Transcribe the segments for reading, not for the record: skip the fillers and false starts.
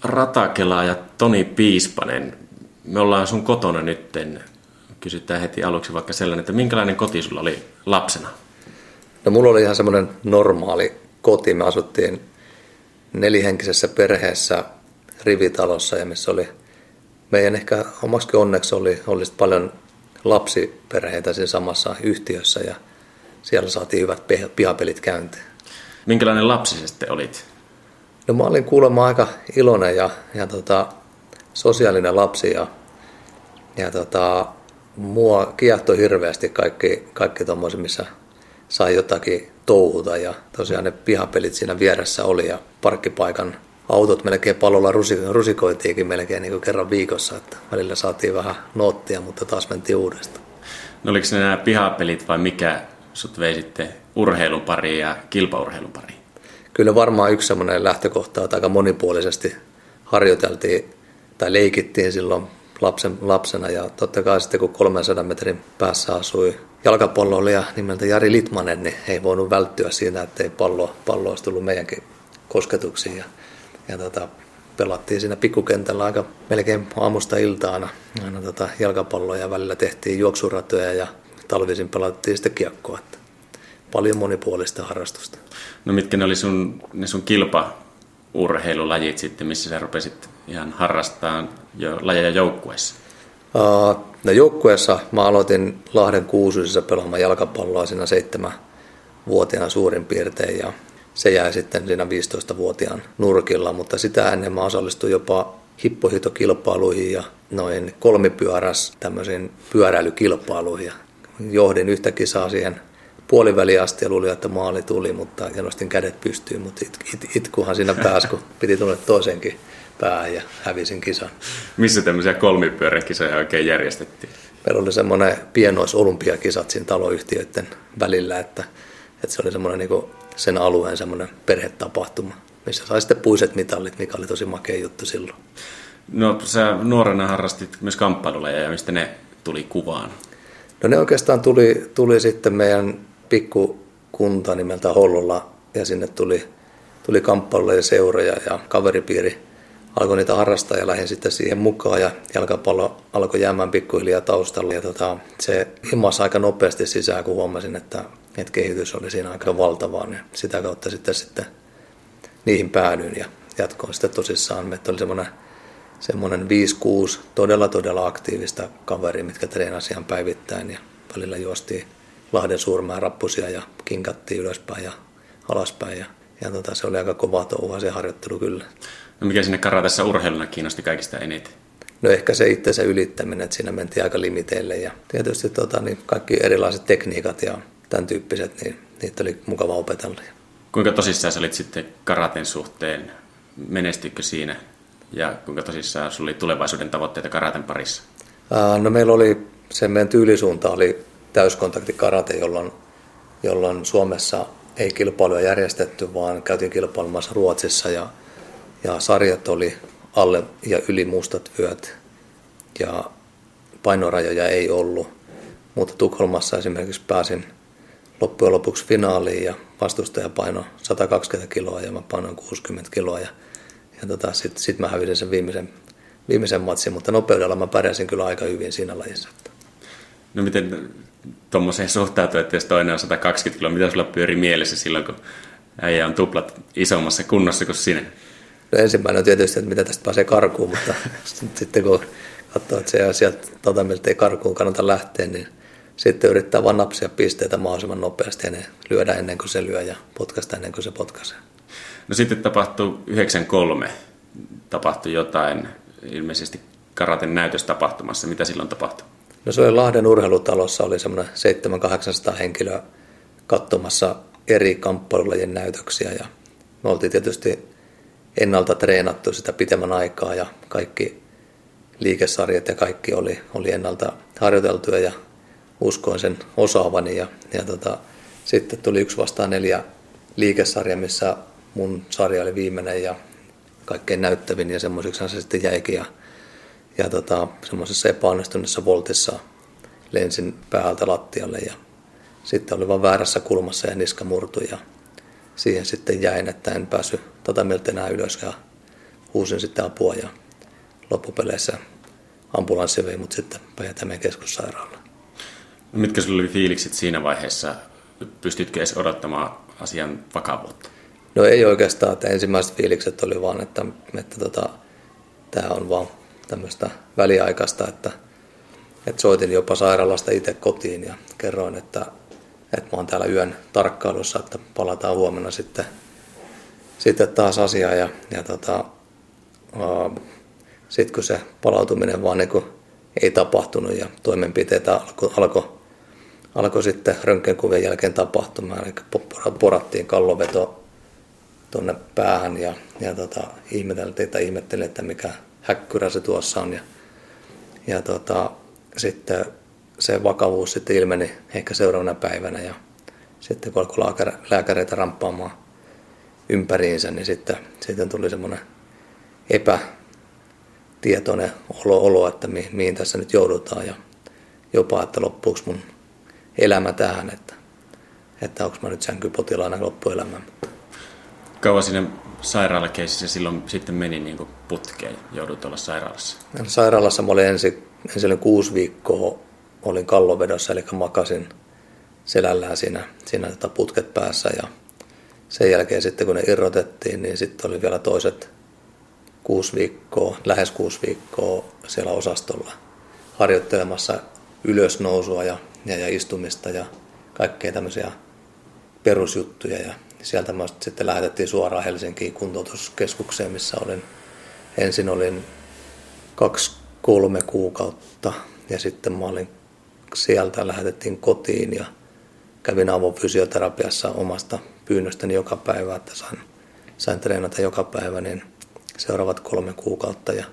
Ratakela ja Toni Piispanen, me ollaan sun kotona nytten. Kysytään heti aluksi vaikka sellainen, että minkälainen koti sulla oli lapsena? No mulla oli ihan semmoinen normaali koti. Me asuttiin nelihenkisessä perheessä rivitalossa ja missä oli meidän ehkä omaksi onneksi oli paljon lapsiperheitä siinä samassa yhtiössä ja siellä saatiin hyvät pihapelit käyntiin. Minkälainen lapsi sä sitten olit? No mä olin kuulemma aika iloinen ja sosiaalinen lapsi ja mua kiehtoi hirveästi kaikki tommoiset, missä sai jotakin touhuta ja tosiaan ne pihapelit siinä vieressä oli ja parkkipaikan autot melkein pallolla rusikoitiinkin melkein niin kuin kerran viikossa, että välillä saatiin vähän noottia, mutta taas mentiin uudestaan. No oliko ne nämä pihapelit vai mikä sut vei sitten urheilun pariin ja kilpaurheilun pariin? Kyllä varmaan yksi semmoinen lähtökohta, että aika monipuolisesti harjoiteltiin tai leikittiin silloin lapsena ja totta kai sitten kun 300 metrin päässä asui jalkapalloilija nimeltä Jari Litmanen, niin ei voinut välttyä siitä, ettei pallo olisi tullut meidänkin kosketuksiin ja pelattiin siinä pikkukentällä aika melkein aamusta iltaan aina jalkapalloa ja välillä tehtiin juoksuratoja ja talvisin pelattiin sitten kiekkoa. Paljon monipuolista harrastusta. No mitkä ne oli ne sun kilpaurheilulajit sitten, missä sä rupesit ihan harrastamaan lajeja joukkueessa? No joukkueessa mä aloitin Lahden Kuusuisissa pelaamaan jalkapalloa siinä 7-vuotiaana suurin piirtein ja se jäi sitten siinä 15-vuotiaan nurkilla, mutta sitä ennen mä osallistuin jopa hippohitokilpailuihin ja noin kolmipyöräs tämmöisiin pyöräilykilpailuihin ja johdin yhtä kisaa siihen puoliväliin asti ja luulin, että maali tuli, mutta ja nostin kädet pystyyn, mutta itkuhan siinä pääsi, kun piti tulla toisenkin päähän ja hävisin kisan. Missä tämmöisiä kolmipyöräkisoja oikein järjestettiin? Meillä oli semmoinen pienoisolympiakisat siinä taloyhtiöiden välillä, että se oli semmoinen niin kuin sen alueen semmoinen perhetapahtuma, missä sai sitten puiset mitallit, mikä oli tosi makea juttu silloin. No sä nuorena harrastit myös kamppailulajeja ja mistä ne tuli kuvaan? No ne oikeastaan tuli sitten meidän pikkukunta nimeltä Hollola ja sinne tuli kamppailulajien seuroja ja kaveripiiri alkoi niitä harrastaa ja lähdin sitten siihen mukaan ja jalkapallo alkoi jäämään pikkuhiljaa taustalla ja se himasi aika nopeasti sisään, kun huomasin, että kehitys oli siinä aika valtavaa, niin sitä kautta sitten niihin päädyin ja jatkoin sitten tosissaan. Meitä oli semmoinen 5-6 todella aktiivista kaveria, mitkä treenasi ihan päivittäin ja välillä juostiin Lahden Suurmäen rappusia ja kinkattiin ylöspäin ja alaspäin ja se oli aika kovaa touhua se harjoittelu kyllä. No mikä sinne karatessa urheiluna kiinnosti kaikista eniten? No ehkä se itsensä ylittäminen, että siinä mentiin aika limiteille ja tietysti niin kaikki erilaiset tekniikat ja tämän tyyppiset, niin niitä oli mukava opetella. Kuinka tosissaan sä olit sitten karaten suhteen? Menestyikö siinä? Ja kuinka tosissaan sulla oli tulevaisuuden tavoitteita karaten parissa? No meillä oli, se meidän tyylisuunta oli täyskontakti karate, jolloin Suomessa ei kilpailuja järjestetty, vaan käytiin kilpailemassa Ruotsissa ja sarjat oli alle ja yli mustat vyöt ja painorajoja ei ollut. Mutta Tukholmassa esimerkiksi pääsin loppujen lopuksi finaaliin ja vastustaja painoi 120 kiloa ja mä painoin 60 kiloa. Sitten mä hävisin sen viimeisen matsin, mutta nopeudella mä pärjäsin kyllä aika hyvin siinä lajissa. No miten tuommoiseen suhtautuu, että jos toinen on 120 kiloa, mitä sulla pyörii mielessä silloin, kun äijä on tuplat isommassa kunnossa kuin sinä? No ensimmäinen on tietysti, että mitä tästä pääsee karkuun, mutta sitten kun katsoo, että se sieltä tatamilta ei karkuun kannata lähteä, niin sitten yrittää vaan napsia pisteitä mahdollisimman nopeasti ja ne lyödä ennen kuin se lyö ja potkaista ennen kuin se potkaisee. No sitten tapahtui 93, tapahtui jotain ilmeisesti karaten näytöstapahtumassa. Mitä silloin tapahtui? No se oli Lahden urheilutalossa, oli semmoinen 700-800 henkilöä katsomassa eri kamppailulajien näytöksiä ja me oltiin tietysti ennalta treenattu sitä pitemmän aikaa ja kaikki liikesarjat ja kaikki oli ennalta harjoiteltuja ja uskoin sen osaavani ja sitten tuli 1-4 liikesarja, missä mun sarja oli viimeinen ja kaikkein näyttävin ja semmoiseksi se sitten jäikin ja semmoisessa epäonnistuneessa voltissa lensin päältä lattialle ja sitten oli vaan väärässä kulmassa ja niska murtui ja siihen sitten jäin, että en päässyt tatamilta enää ylös ja huusin sitten apua ja loppupeleissä ambulanssi vei mut sitten Päijät-Hämeen keskussairaalaan. No mitkä sulla oli fiilikset siinä vaiheessa? Pystytkö edes odottamaan asian vakavuutta? No ei oikeastaan, että ensimmäiset fiilikset oli vaan, että tämä on vaan tämmöistä väliaikaista, että soitin jopa sairaalasta itse kotiin ja kerroin, että mä oon täällä yön tarkkailussa, että palataan huomenna sitten taas asiaan ja sitten kun se palautuminen vaan niin ei tapahtunut ja toimenpiteitä alkoi sitten röntgenkuvien jälkeen tapahtumaan, eli porattiin kallonveto tuonne päähän ja ihmettelin, että mikä häkkyrä se tuossa on ja sitten se vakavuus sitten ilmeni ehkä seuraavana päivänä ja sitten kun alkoi lääkäreitä ramppaamaan ympäriinsä, niin sitten tuli semmoinen epätietoinen olo, että mihin tässä nyt joudutaan ja jopa, että loppuuko mun elämä tähän, että onko mä nyt sänkypotilaana loppuelämän. Kauan siinä sairaalakeisissä silloin sitten meni niin kuin putkeen, joudut olla sairaalassa? Sairaalassa mä olin ensin 6 viikkoa olin kallonvedossa, eli makasin selällään siinä putket päässä ja sen jälkeen sitten kun ne irrotettiin, niin sitten oli vielä toiset 6 viikkoa, lähes 6 viikkoa siellä osastolla harjoittelemassa ylösnousua ja istumista ja kaikkea tämmöisiä perusjuttuja ja sieltä mä sitten lähetettiin suoraan Helsinkiin kuntoutuskeskukseen, missä ensin olin 2-3 kuukautta ja sitten mä olin sieltä lähetettiin kotiin ja kävin avofysioterapiassa omasta pyynnöstäni joka päivä, että sain treenata joka päivä niin seuraavat 3 kuukautta ja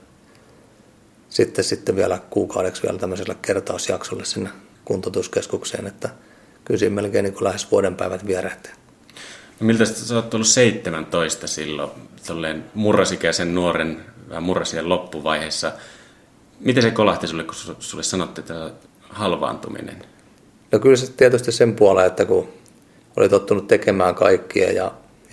sitten vielä kuukaudeksi vielä tämmöisellä kertausjaksolle sinne kuntoutuskeskukseen, että kyllä siinä melkein niin kuin lähes vuoden päivät vierähti. No miltä sä oot ollut 17 silloin, tolleen murrosikäisen nuoren, vähän murrosien loppuvaiheessa. Miten se kolahti sulle, kun sulle sanottiin, että halvaantuminen? No kyllä se tietysti sen puolella, että kun oli tottunut tekemään kaikkia ja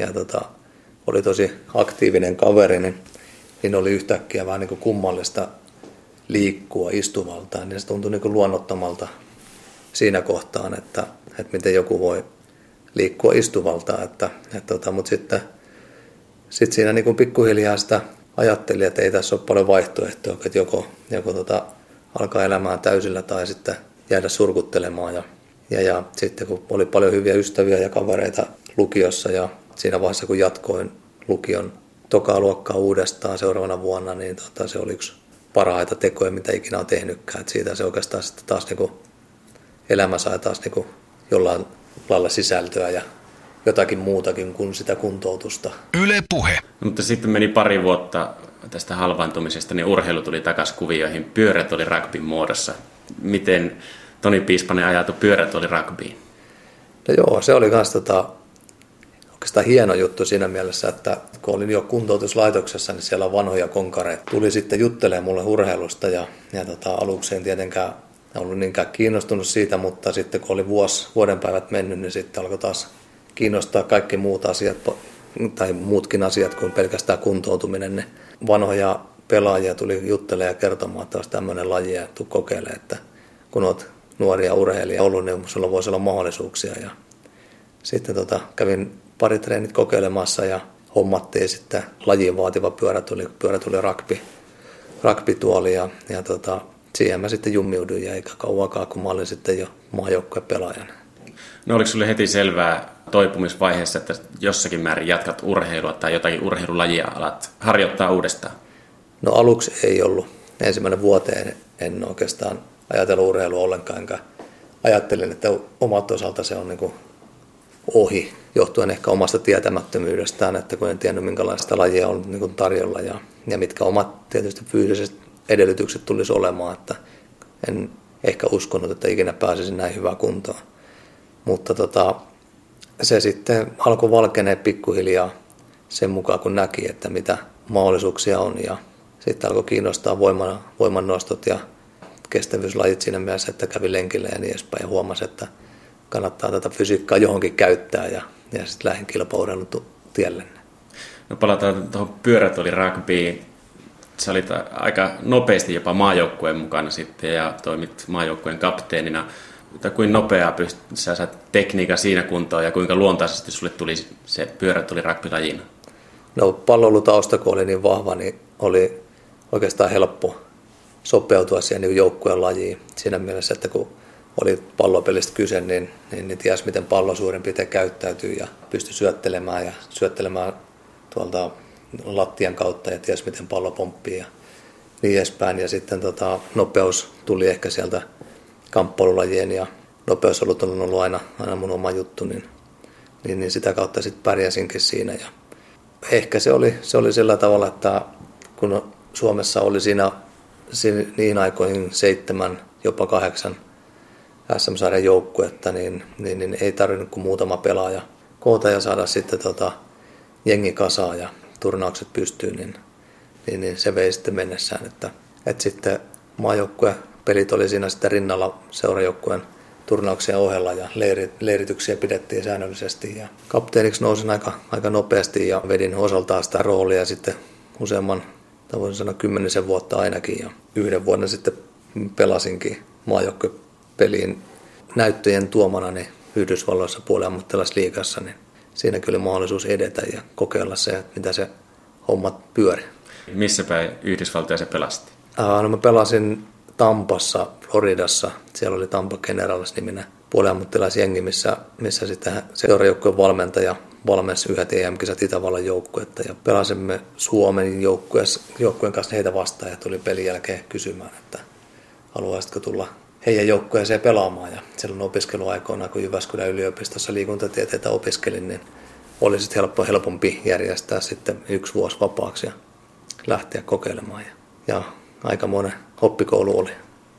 oli tosi aktiivinen kaveri, niin oli yhtäkkiä vähän niin kuin kummallista liikkua istuvaltaan, niin se tuntui niin kuin luonnottomalta siinä kohtaan, että miten joku voi liikkua istuvaltaan, mutta sitten siinä niin kuin pikkuhiljaa sitä ajattelin, että ei tässä ole paljon vaihtoehtoja, että joko alkaa elämään täysillä tai sitten jäädä surkuttelemaan ja sitten kun oli paljon hyviä ystäviä ja kavereita lukiossa ja siinä vaiheessa kun jatkoin lukion tokaa luokkaa uudestaan seuraavana vuonna, niin se oli yksi parhaita tekoja, mitä ikinä on tehnytkään. Et siitä se oikeastaan sitten taas niinku elämä sai taas niinku jollain lailla sisältöä ja jotakin muutakin kuin sitä kuntoutusta. Yle Puhe. No, mutta sitten meni pari vuotta tästä halvaantumisesta, niin urheilu tuli takaisin kuvioihin. Pyörät oli rugbyn muodossa. Miten Toni Piispanen ajautui pyörätuolirugbiin? No joo, se oli myös oikeastaan hieno juttu siinä mielessä, että kun olin jo kuntoutuslaitoksessa, niin siellä on vanhoja konkareita. Tuli sitten juttelemaan mulle urheilusta ja aluksi en tietenkään ollut niinkään kiinnostunut siitä, mutta sitten kun oli vuoden päivät mennyt, niin sitten alkoi taas kiinnostaa kaikki muut asiat tai muutkin asiat kuin pelkästään kuntoutuminen. Ne vanhoja pelaajia tuli juttelemaan ja kertomaan, että olisi tämmöinen laji ja tuu kokeilemaan, että kun olet nuoria urheilija ollut, niin sulla voisi olla mahdollisuuksia. Ja sitten kävin pari treenit kokeilemassa ja hommattiin sitten lajiin vaativa pyörätuli rugby-tuoli ja siihen mä sitten jummiuduin ja eikä kauankaan, kun mä olin sitten jo maajoukkuepelaajana. No oliko sulle heti selvää toipumisvaiheessa, että jossakin määrin jatkat urheilua tai jotakin urheilulajia alat harjoittaa uudestaan? No aluksi ei ollut. Ensimmäinen vuoteen en oikeastaan ajatellut urheilua ollenkaan, enkä ajattelin, että omalta osalta se on niin kuin ohi, johtuen ehkä omasta tietämättömyydestään, että kun en tiennyt minkälaista lajia on niin kuin tarjolla ja mitkä omat tietysti fyysiset edellytykset tulisi olemaan, että en ehkä uskonut, että ikinä pääsisin näin hyvään kuntoon. Mutta se sitten alkoi valkenee pikkuhiljaa sen mukaan, kun näki, että mitä mahdollisuuksia on ja sitten alkoi kiinnostaa voimannostot ja kestävyyslajit siinä mielessä, että kävi lenkillä ja niin edespäin ja huomasi, että kannattaa tätä fysiikkaa johonkin käyttää ja sitten lähdin kilpaurheilun tielle. No palataan tuohon pyörätuolirugbyyn. Sä olit aika nopeasti jopa maajoukkueen mukana sitten ja toimit maajoukkueen kapteenina. Mutta kuinka nopeaa sä saat tekniikan siinä kuntoon ja kuinka luontaisesti sulle tuli se pyörätuolirugby lajina? No palloilutausta kun oli niin vahva, niin oli oikeastaan helppo sopeutua siihen niin joukkueen lajiin. Siinä mielessä, että kun oli pallopelistä kyse, niin ties miten pallo suurin piirtein käyttäytyy ja pystyi syöttelemään tuolta lattian kautta ja ties miten pallo pomppii ja niin edespäin. Ja sitten nopeus tuli ehkä sieltä kamppailulajien ja nopeus on ollut aina mun oma juttu, niin sitä kautta sitten pärjäsinkin siinä. Ja ehkä se oli sillä tavalla, että kun Suomessa oli siinä niin aikoihin 7, jopa 8 SM-sarjan joukkuetta, niin ei tarvinnut kuin muutama pelaaja koota ja saada sitten jengi kasaan ja turnaukset pystyyn, niin se vei sitten mennessään. Että sitten maajoukkuepelit oli siinä sitten rinnalla seurajoukkueen turnauksien ohella ja leirityksiä pidettiin säännöllisesti. Ja kapteeniksi nousin aika nopeasti ja vedin osaltaan sitä roolia sitten useamman, voisin sanoa 10 vuotta ainakin. Ja 1 vuoden sitten pelasinkin maajoukkuepeliin näyttöjen tuomana niin Yhdysvalloissa puoliammattilaisliigassa, niin siinä kyllä mahdollisuus edetä ja kokeilla se, että mitä se hommat pyöri. Missä päin Yhdysvaltoja se pelasti? No mä pelasin Tampassa, Floridassa. Siellä oli Tampa Generals-niminen puoliammattilaisjengi, missä sitten seurajoukkueen valmentaja valmensi yhdet EM-kisat Itävallan joukkuetta. Ja pelasimme Suomen joukkueen kanssa heitä vastaan ja tuli pelin jälkeen kysymään, että haluaisitko tulla heidän joukkueeseen pelaamaan. Ja silloin opiskeluaikoina, kun Jyväskylän yliopistossa liikuntatieteitä opiskelin, niin oli sitten helpompi järjestää sitten 1 vuosi vapaaksi ja lähteä kokeilemaan. Ja aikamoinen oppikoulu oli.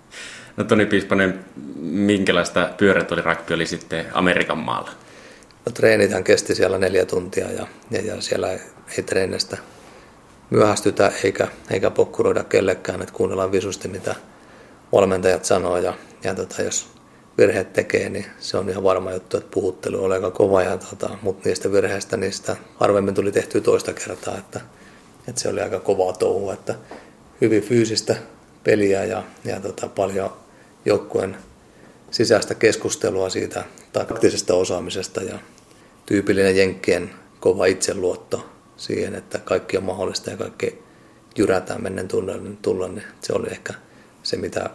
No Toni Piispanen, minkälaista pyörätuolirugby oli sitten Amerikan maalla? No treenithän kesti siellä 4 tuntia ja siellä ei treenistä myöhästytä eikä pokkuroida kellekään, että kuunnellaan visusti mitä valmentajat sanoo ja jos virheet tekee, niin se on ihan varma juttu, että puhuttelu oli aika kova, mutta niistä virheistä niistä harvemmin tuli tehtyä toista kertaa, että se oli aika kovaa touhua, että hyvin fyysistä peliä ja paljon joukkueen sisäistä keskustelua siitä taktisesta osaamisesta ja tyypillinen jenkkien kova itseluotto siihen, että kaikki on mahdollista ja kaikki jyrätään mennen tulla, niin se oli ehkä se, mitä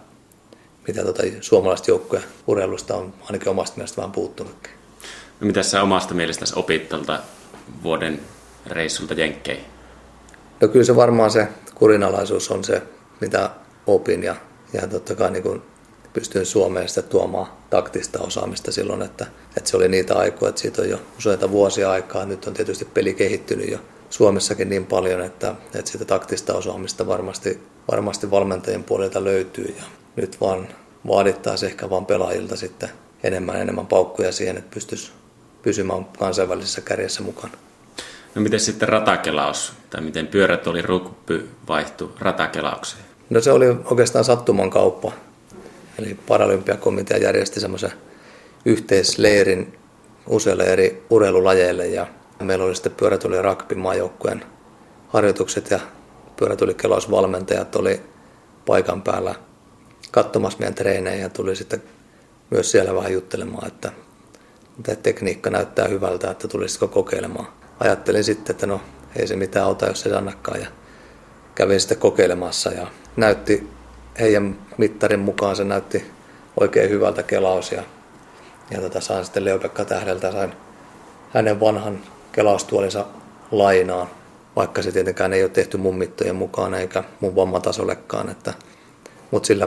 suomalaista joukkueen urheilusta on ainakin omasta mielestä vähän puuttunutkin. No mitä sä omasta mielestäsi opit tuolta vuoden reissulta jenkkeihin? No kyllä se varmaan se kurinalaisuus on se, mitä opin ja totta kai niin pystyin Suomeen sitä tuomaan taktista osaamista silloin, että se oli niitä aikoja, että siitä on jo useita vuosia aikaa. Nyt on tietysti peli kehittynyt jo Suomessakin niin paljon, että sitä taktista osaamista varmasti valmentajien puolelta löytyy ja nyt vaan vaadittaisiin ehkä vaan pelaajilta sitten enemmän paukkuja siihen, että pystyisi pysymään kansainvälisessä kärjessä mukana. No miten sitten ratakelaus, tai miten pyörätuolirugby vaihtui ratakelaukseen? No se oli oikeastaan sattuman kauppa. Eli Paralympiakomitea järjesti semmoisen yhteisleirin useille eri urheilulajeille ja meillä oli sitten pyörätuolirugby maajoukkueen harjoitukset ja pyörätuolikelausvalmentajat oli paikan päällä katsomassa meidän treenejä ja tuli sitten myös siellä vähän juttelemaan, että tekniikka näyttää hyvältä, että tulisitko kokeilemaan. Ajattelin sitten, että no ei se mitään auta, jos ei annakaan ja kävin sitten kokeilemassa ja näytti heidän mittarin mukaan se näytti oikein hyvältä kelaus ja sain sitten Leo-Pekka Tähdeltä sain hänen vanhan kelaustuolinsa lainaan, vaikka se tietenkään ei ole tehty mun mittojen mukaan eikä mun vammatasollekaan, mutta sillä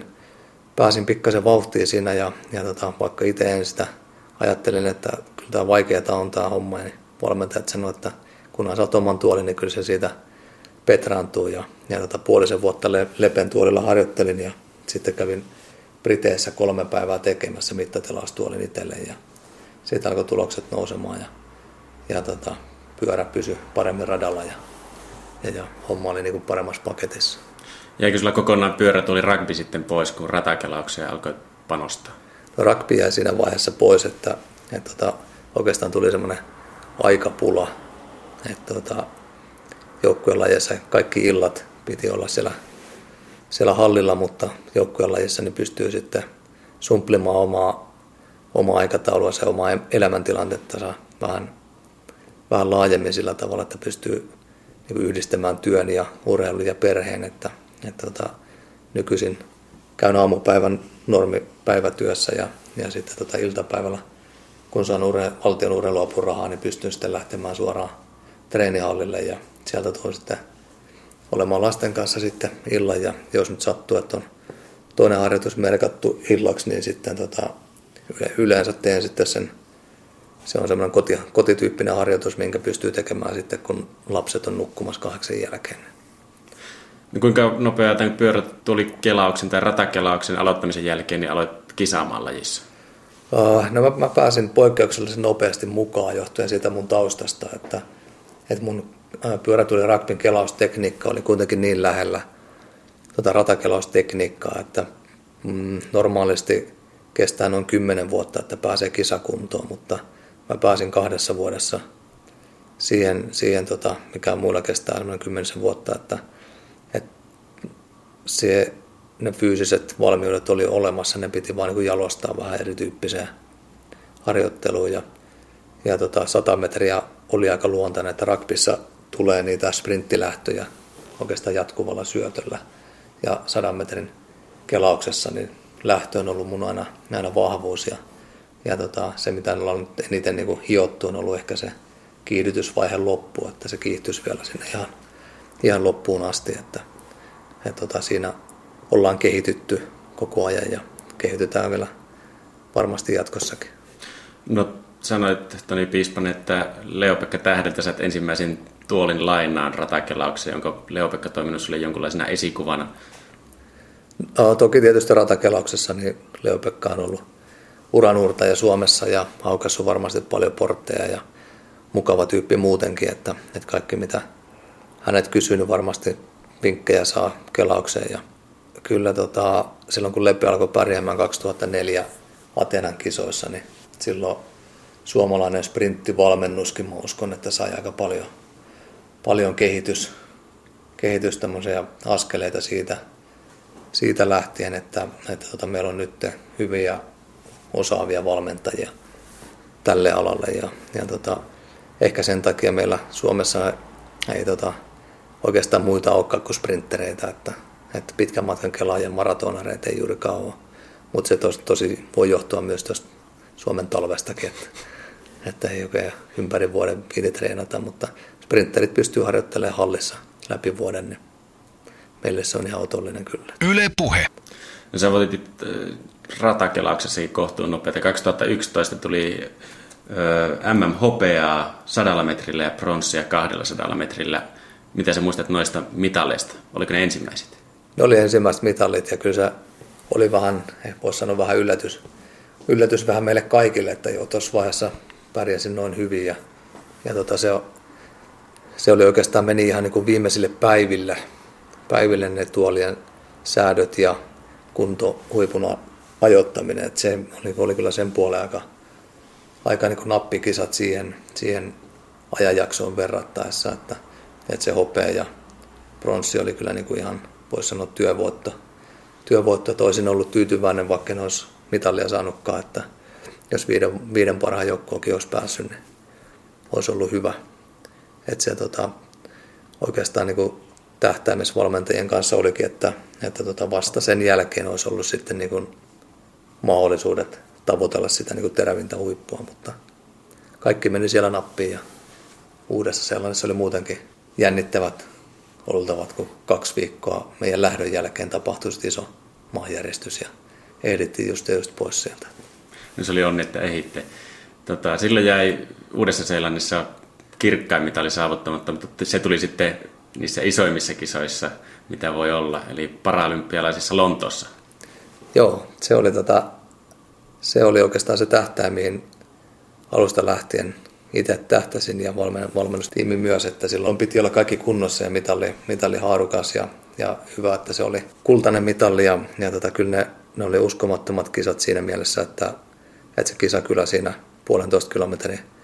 pääsin pikkasen vauhtiin siinä ja vaikka itse en sitä ajattelin, että kyllä tämä vaikeaa on tämä homma, niin valmentajat sanoivat, että kunhan saat oman tuolin, niin kyllä se siitä petraantuu ja 5 vuotta Lepen tuolilla harjoittelin ja sitten kävin Briteissä 3 päivää tekemässä mittatelaustuolin itselleen ja siitä alkoi tulokset nousemaan ja pyörä pysyi paremmin radalla ja homma oli niin kuin paremmassa paketissa. Jäikö sulla kokonaan pyörätuolirugby sitten pois, kun ratakelaukseen alkoi panostaa? No, rugby jäi siinä vaiheessa pois, että oikeastaan tuli semmoinen aikapula, joukkuelajeissa kaikki illat piti olla siellä hallilla, mutta joukkuelajissa niin pystyy sitten sumplimaan omaa aikataulua ja omaa elämäntilannetta vähän laajemmin sillä tavalla, että pystyy niin yhdistämään työn ja urheilun ja perheen. Että nykyisin käyn aamupäivän normipäivätyössä ja sitten iltapäivällä, kun saan valtion urheiluapurahaa, niin pystyn sitten lähtemään suoraan treenihallille ja sieltä tuon sitten olemaan lasten kanssa sitten illan. Ja jos nyt sattuu, että on toinen harjoitus merkattu illaksi, niin sitten yleensä teen sitten se on semmoinen kotityyppinen harjoitus, minkä pystyy tekemään sitten, kun lapset on nukkumassa 8 jälkeen. No kuinka nopeaa tämän pyörätuolikelauksen tai ratakelauksen aloittamisen jälkeen niin aloit kisaamaan lajissa? No mä pääsin poikkeuksellisen nopeasti mukaan johtuen siitä mun taustasta, että mun pyörätuoliragbin kelaustekniikka oli kuitenkin niin lähellä ratakelaustekniikkaa, että normaalisti kestää noin 10 vuotta, että pääsee kisakuntoon, mutta mä pääsin 2 vuodessa siihen mikä muilla kestää noin 10 vuotta, että ne fyysiset valmiudet oli olemassa, ne piti vaan niin jalostaa vähän erityyppiseen harjoitteluun ja 100 metriä oli aika luontainen, että rugbyssa tulee niitä sprinttilähtöjä oikeastaan jatkuvalla syötöllä ja 100 metrin kelauksessa niin lähtö on ollut mun aina vahvuus ja se mitä on nyt eniten niin hiottu on ollut ehkä se kiihdytysvaihe loppu, että se kiihtyisi vielä sinne ihan loppuun asti, että siinä ollaan kehitytty koko ajan ja kehitytään vielä varmasti jatkossakin. No sanoit Toni Piispanen, että Leo-Pekka Tähdeltä sait ensimmäisen tuolin lainaan ratakelaukseen. Onko Leo-Pekka toiminut sulle jonkunlaisena esikuvana? Toki tietysti ratakelauksessa niin Leo-Pekka on ollut uranuurtaja Suomessa ja aukaissut varmasti paljon portteja ja mukava tyyppi muutenkin, että kaikki mitä hänet kysyy, niin varmasti vinkkejä saa kelaukseen. Ja kyllä silloin kun Lepi alkoi pärjäämään 2004 Atenan kisoissa, niin silloin suomalainen sprinttivalmennuskin, mä uskon, että sai aika paljon kehitys tämmöisiä askeleita siitä lähtien, että meillä on nyt hyviä osaavia valmentajia tälle alalle ja ehkä sen takia meillä Suomessa ei oikeastaan muita olekaan kuin sprinttereitä, että pitkän matkan kelaajien maratonareita ei juurikaan ole, mutta se tosi voi johtua myös tuosta Suomen talvestakin, että ei oikein ympäri vuoden piti treenata, mutta sprintterit pystyy harjoittelemaan hallissa läpi vuoden, niin meille se on ihan otollinen kyllä. Yle Puhe. No sä voitit ratakelauksesi kohtuun nopeasti. 2011 tuli MM-hopeaa 100 metrillä ja pronssia 200 metrillä. Mitä sä muistat noista mitaleista? Oliko ne ensimmäiset? Ne oli ensimmäiset mitalit ja kyllä se oli vähän, voisi sanoa vähän yllätys vähän meille kaikille, että jo tuossa vaiheessa pärjäsin noin hyvin ja se oli oikeastaan meni ihan niin kuin viimeisille päiville ne tuolien säädöt ja kuntohuipun ajoittaminen, että se oli kyllä sen puolen aika niin kuin nappikisat siihen ajanjaksoon verrattaessa, että se hopea ja pronssi oli kyllä niin kuin ihan, voisi sanoa työvoitto. Toisin ollut tyytyväinen, vaikka en olisi mitalia saanutkaan, että jos viiden parhaan joukkoonkin olisi päässyt, niin olisi ollut hyvä. Että se oikeastaan niin kuin tähtäimesvalmentajien kanssa olikin, että vasta sen jälkeen olisi ollut sitten niin kuin mahdollisuudet tavoitella sitä niin kuin terävintä huippua, mutta kaikki meni siellä nappiin ja Uudessa Seelannissa oli muutenkin jännittävät oltavat, kun 2 viikkoa meidän lähdön jälkeen tapahtui iso maanjäristys ja ehdittiin just pois sieltä. No se oli onni, että ehitte. Silloin jäi Uudessa Seelannissa kirkkain mitali saavuttamatta, mutta se tuli sitten niissä isoimmissa kisoissa, mitä voi olla, eli paralympialaisissa Lontoossa. Joo, se oli oikeastaan se tähtäin, mihin alusta lähtien itse tähtäsin ja valmennustiimi myös, että silloin piti olla kaikki kunnossa ja mitali haarukas ja hyvä, että se oli kultainen mitali ja kyllä ne oli uskomattomat kisat siinä mielessä, että se kisa kyllä siinä 1,5 kilometrin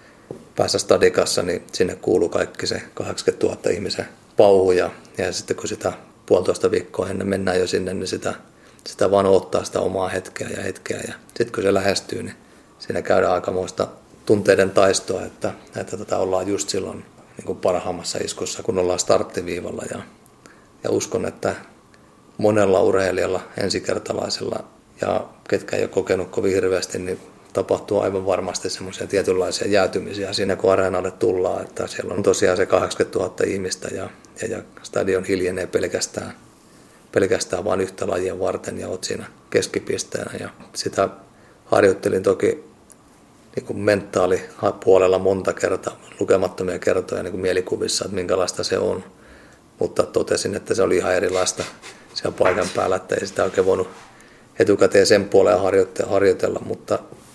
päässä stadikassa, niin sinne kuului kaikki se 80 000 ihmisen pauhu. Ja sitten kun sitä 1,5 viikkoa ennen mennään jo sinne, niin sitä vaan odottaa sitä omaa hetkeä. Ja sitten kun se lähestyy, niin siinä käydään aikamoista tunteiden taistoa, että ollaan just silloin niin kuin parhaimmassa iskussa, kun ollaan starttiviivalla. Ja uskon, että monella urheilijalla, ensikertalaisella ja ketkä ei ole kokenut kovin hirveästi, niin tapahtuu aivan varmasti semmoisia tietynlaisia jäätymisiä siinä, kun areenalle tullaan. Että siellä on tosiaan se 80 000 ihmistä ja stadion hiljenee pelkästään vain yhtä lajia varten ja olet siinä keskipisteenä. Ja sitä harjoittelin toki niin kuin mentaalipuolella monta kertaa, lukemattomia kertoja niin kuin mielikuvissa, että minkälaista se on. Mutta totesin, että se oli ihan erilaista siellä paikan päällä, että ei sitä oikein voinut etukäteen sen puoleen harjoitella, mutta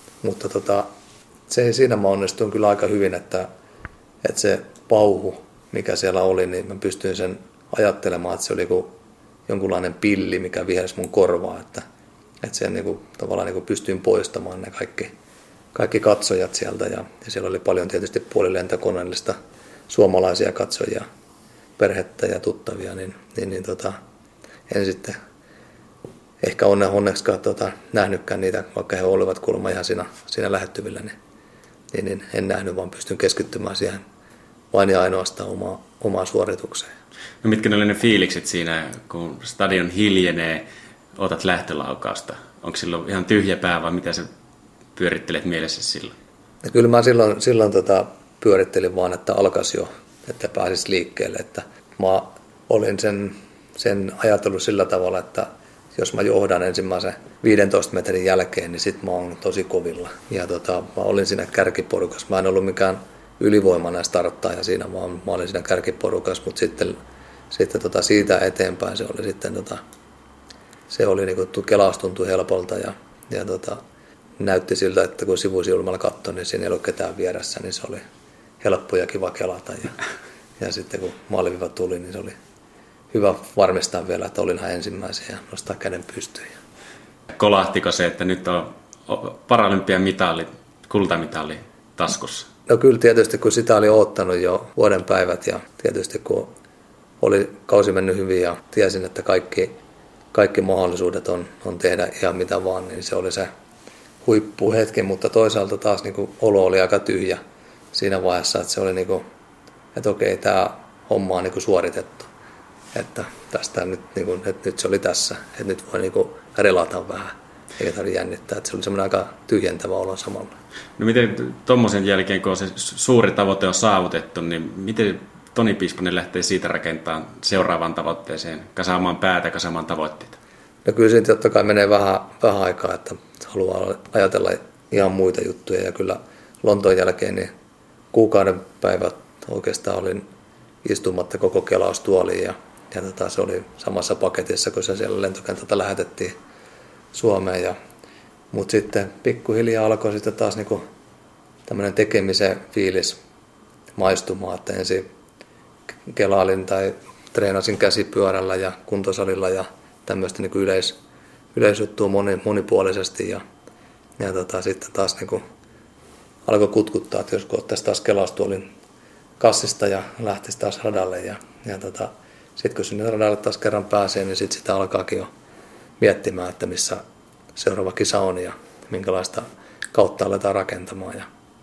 siinä mä onnistuin kyllä aika hyvin, että se pauhu, mikä siellä oli, niin mä pystyin sen ajattelemaan, että se oli kuin jonkunlainen pilli, mikä vihelsi mun korvaa, että sen niin kuin, tavallaan niin kuin pystyin poistamaan ne kaikki katsojat sieltä ja siellä oli paljon tietysti puolilentokoneellista suomalaisia katsojia, perhettä ja tuttavia, niin en sitten ehkä onneksikaan nähnytkään niitä, vaikka he olivat kuulemma ihan siinä lähettyvillä, niin en nähnyt, vaan pystyn keskittymään siihen vain ja ainoastaan omaa suoritukseen. No mitkä ne oli ne fiilikset siinä, kun stadion hiljenee, otat lähtölaukausta? Onko silloin ihan tyhjä pää vai mitä sä pyörittelet mielessä silloin? Ja kyllä mä silloin pyörittelin vaan, että alkaisi jo, että pääsisi liikkeelle. Että mä olin sen ajatellut sillä tavalla, että jos mä johdan ensimmäisen 15 metrin jälkeen, niin sit mä oon tosi kovilla. Ja mä olin siinä kärkiporukassa. Mä en ollut mikään ylivoimainen starttaaja siinä, vaan mä olin siinä kärkiporukassa, mutta sitten siitä eteenpäin se oli sitten se oli niinku kelaus tuntui helpolta ja näytti siltä, että kun sivusilmalla katsoi, niin siinä ei ollut ketään vieressä, niin se oli helppo ja kiva kelata. Ja sitten kun maaliviiva tuli, niin se oli hyvä varmistaa vielä, että olin ensimmäisen ja nostaa käden pystyyn. Kolahtiko se, että nyt on Paralympiamitali, kultamitali taskussa? No kyllä tietysti, kun sitä oli odottanut jo vuoden päivät ja tietysti kun oli kausi mennyt hyvin ja tiesin, että kaikki mahdollisuudet on tehdä ihan mitä vaan, niin se oli se huippuhetki, mutta toisaalta taas niin kuin olo oli aika tyhjä siinä vaiheessa, että se oli niin kuin, että okei, tämä homma on niin kuin suoritettu. Että tästä nyt, niin kuin, että nyt se oli tässä, että nyt voi niin kuin relata vähän, eikä tarvitse jännittää. Että se oli semmoinen aika tyhjentävä olo samalla. No miten tuommoisen jälkeen, kun se suuri tavoite on saavutettu, niin miten Toni Piispanen lähtee siitä rakentamaan seuraavaan tavoitteeseen, kasaamaan päätä, kasaamaan tavoitteita? No kyllä siitä totta kai menee vähän aikaa, että haluaa ajatella ihan muita juttuja. Ja kyllä Lontoon jälkeen niin kuukauden päivät oikeastaan olin istumatta koko kelaustuoliin ja se oli samassa paketissa, kun se siellä lentokentältä lähetettiin Suomeen. Mutta sitten pikkuhiljaa alkoi sitten taas niinku tämmöinen tekemisen fiilis maistumaan, että ensin kelailin tai treenasin käsipyörällä ja kuntosalilla ja tämmöistä niinku yleisjuttua monipuolisesti ja sitten taas niinku alkoi kutkuttaa, että jos ottaisi taas kelaustuolin kassista ja lähtisi taas radalle ja sitten kun sinne radalle taas kerran pääsee, niin sitten sitä alkaakin jo miettimään, että missä seuraava kisa on ja minkälaista kautta aletaan rakentamaan.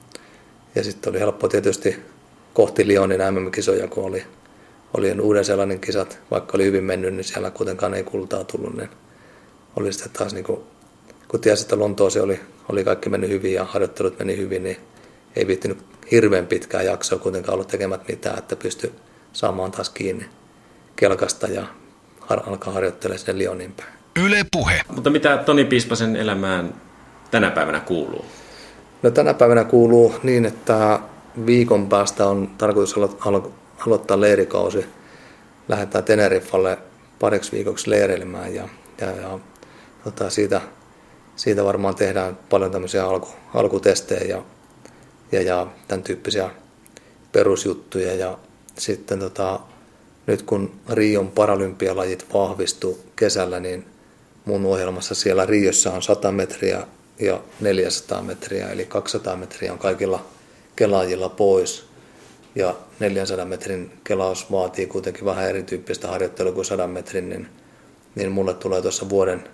Ja sitten oli helppo tietysti kohti Lyonin MM-kisoja, kun oli Uuden-Seelannin kisat, vaikka oli hyvin mennyt, niin siellä kuitenkaan ei kultaa tullut. Niin oli sitten taas, niin kun tiesi, että Lontoossa oli kaikki mennyt hyvin ja harjoittelut meni hyvin, niin ei viittinyt hirveän pitkää jaksoa kuitenkaan ollut tekemät mitään, että pystyi saamaan taas kiinni kelkasta ja alkaa harjoittelemaan sinne Lyonin päin. Yle Puhe. Mutta mitä Toni Piispasen elämään tänä päivänä kuuluu? No tänä päivänä kuuluu niin, että viikon päästä on tarkoitus aloittaa leirikausi. Lähdetään Teneriffalle pariksi viikoksi leireilemään ja siitä varmaan tehdään paljon tämmöisiä alkutestejä ja tämän tyyppisiä perusjuttuja. Ja sitten nyt kun Rion paralympialajit vahvistuu kesällä, niin mun ohjelmassa siellä Riossa on 100 metriä ja 400 metriä, eli 200 metriä on kelaajilla pois. Ja 400 metrin kelaus vaatii kuitenkin vähän erityyppistä harjoittelua kuin 100 metrin, niin mulle tulee tuossa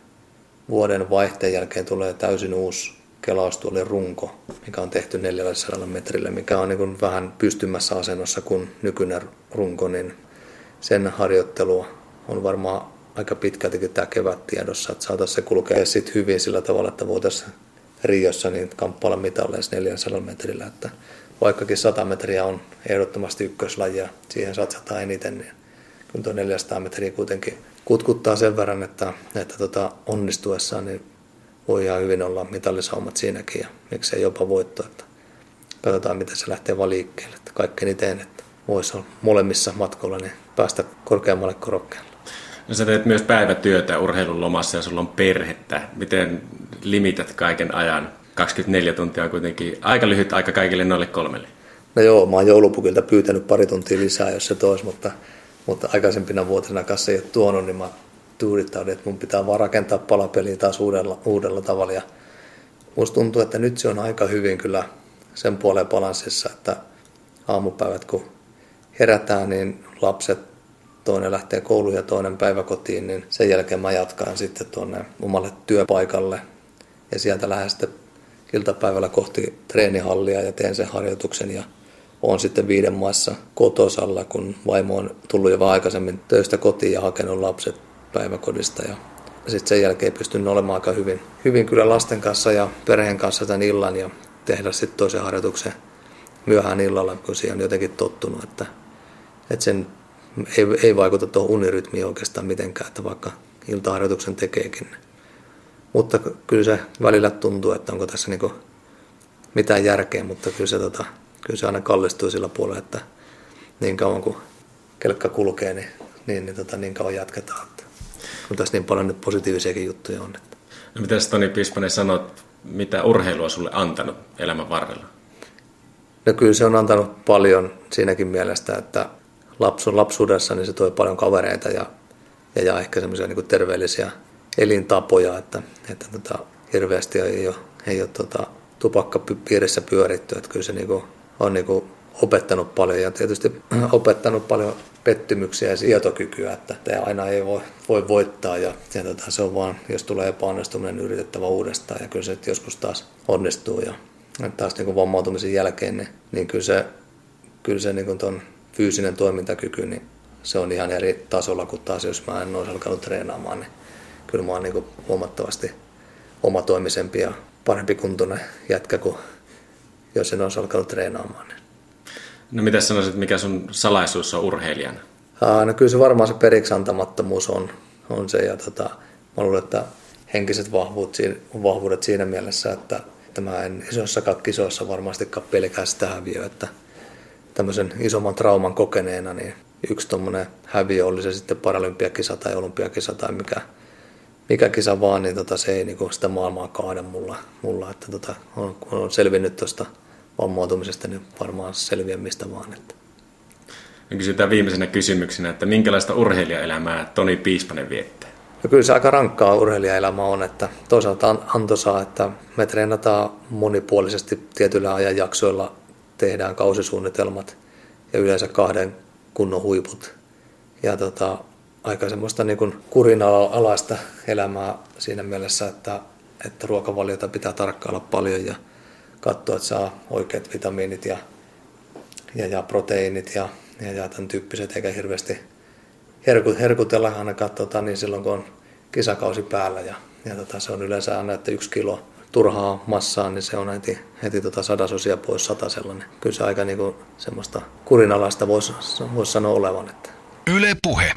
vuoden vaihteen jälkeen tulee täysin uusi kelaustuolin runko, mikä on tehty 400 metrille, mikä on niin vähän pystymässä asennossa kuin nykyinen runko, niin sen harjoittelu on varmaan aika pitkältikin tämä kevät tiedossa, että saataisiin se kulkea sitten hyvin sillä tavalla, että voitaisiin Riossa niin kamppailla mitalleissa 400 metrillä, että vaikkakin 100 metriä on ehdottomasti ykköslaji ja siihen satsataan eniten, niin kyllä tuo 400 metriä kuitenkin kutkuttaa sen verran, että onnistuessaan niin voi ihan hyvin olla mitallisaumat siinäkin ja miksei jopa voitto. Että katsotaan, miten se lähtee vaan liikkeelle. Että kaikkeni teen, että voisi olla molemmissa matkoilla niin päästä korkeammalle korokkeelle. No sä teet myös päivätyötä urheilun lomassa ja sulla on perhettä. Miten limität kaiken ajan? 24 tuntia on kuitenkin aika lyhyt aika kaikille noille 3. No joo, mä oon joulupukilta pyytänyt pari tuntia lisää, jos se toisi, mutta aikaisempina vuotena kanssa ei ole tuonut, niin mä tuudittaudin, että mun pitää vaan rakentaa palapeliä taas uudella tavalla. Ja musta tuntuu, että nyt se on aika hyvin kyllä sen puoleen balanssissa, että aamupäivät kun herätään, niin lapset, toinen lähtee kouluun ja toinen päiväkotiin, niin sen jälkeen mä jatkan sitten tuonne omalle työpaikalle. Ja sieltä lähden sitten iltapäivällä kohti treenihallia ja teen sen harjoituksen ja olen sitten 5 maassa kotosalla, kun vaimo on tullut jo vähän aikaisemmin töistä kotiin ja hakenut lapset päiväkodista. Ja sitten sen jälkeen pystyn olemaan aika hyvin kyllä lasten kanssa ja perheen kanssa tämän illan ja tehdä sitten toisen harjoituksen myöhään illalla, kun siihen on jotenkin tottunut, että sen ei vaikuta tuohon unirytmiin oikeastaan mitenkään, että vaikka iltaharjoituksen tekeekin. Mutta kyllä se välillä tuntuu, että onko tässä niinku mitään järkeä, mutta kyllä se aina kallistuu sillä puolella, että niin kauan kuin kelkka kulkee, niin kauan jatketaan. Kun tässä niin paljon nyt positiivisiakin juttuja on. No mitäs Toni Pispanen sanot, mitä urheilu on sulle antanut elämän varrella? No kyllä se on antanut paljon siinäkin mielessä, että lapsuudessa niin se toi paljon kavereita ja ehkä semmoisia niin kuin terveellisiä elintapoja, että hirveästi ei ole tupakkapiirissä pyöritty, että kyllä se on opettanut paljon ja tietysti opettanut paljon pettymyksiä ja sietokykyä, että aina ei voi voittaa ja se on vaan, jos tulee epäonnistuminen, yritettävä uudestaan ja kyllä se joskus taas onnistuu ja taas vammautumisen jälkeen, niin kyllä se ton fyysinen toimintakyky, niin se on ihan eri tasolla kuin taas, jos mä en olisi alkanut treenaamaan, niin kyllä mä oon huomattavasti omatoimisempi ja parempi kuntoinen jätkä kuin jos en olisi alkanut treenaamaan. No mitä sanoisit, mikä sun salaisuus on urheilijana? No kyllä se varmaan se periksi antamattomuus on se ja mä luulen, että henkiset vahvuudet siinä mielessä, että mä en isoissakaan kisoissa varmastikaan pelkää sitä häviöä, että tämmöisen isomman trauman kokeneena, niin yksi tommoinen häviö oli se sitten paralympiakisa tai olympiakisa tai mikä kisa vaan, niin se ei sitä maailmaa kaada mulla että kun on selvinnyt tuosta vammautumisesta, niin varmaan selviä mistä vaan. Että. Kysytään viimeisenä kysymyksenä, että minkälaista urheilijaelämää Toni Pispanen viettää? No kyllä se aika rankkaa urheilijaelämä on, että toisaalta antoisaa, että me treenataan monipuolisesti tietyillä ajanjaksoilla, tehdään kausisuunnitelmat ja yleensä 2 kunnon huiput. Ja aika semmoista niin kuin kurinalaista elämää siinä mielessä, että ruokavaliota pitää tarkkailla paljon ja katsoa, että saa oikeat vitamiinit ja proteiinit ja tämän tyyppiset, eikä hirveästi herkutella aina katsotaan niin silloin, kun on kisakausi päällä. Ja se on yleensä aina, että 1 kilo turhaa massaa, niin se on heti 100 pois 100 sellainen. Kyllä se aika niin kuin semmoista kurinalaista voisi sanoa olevan. Että. Yle Puhe.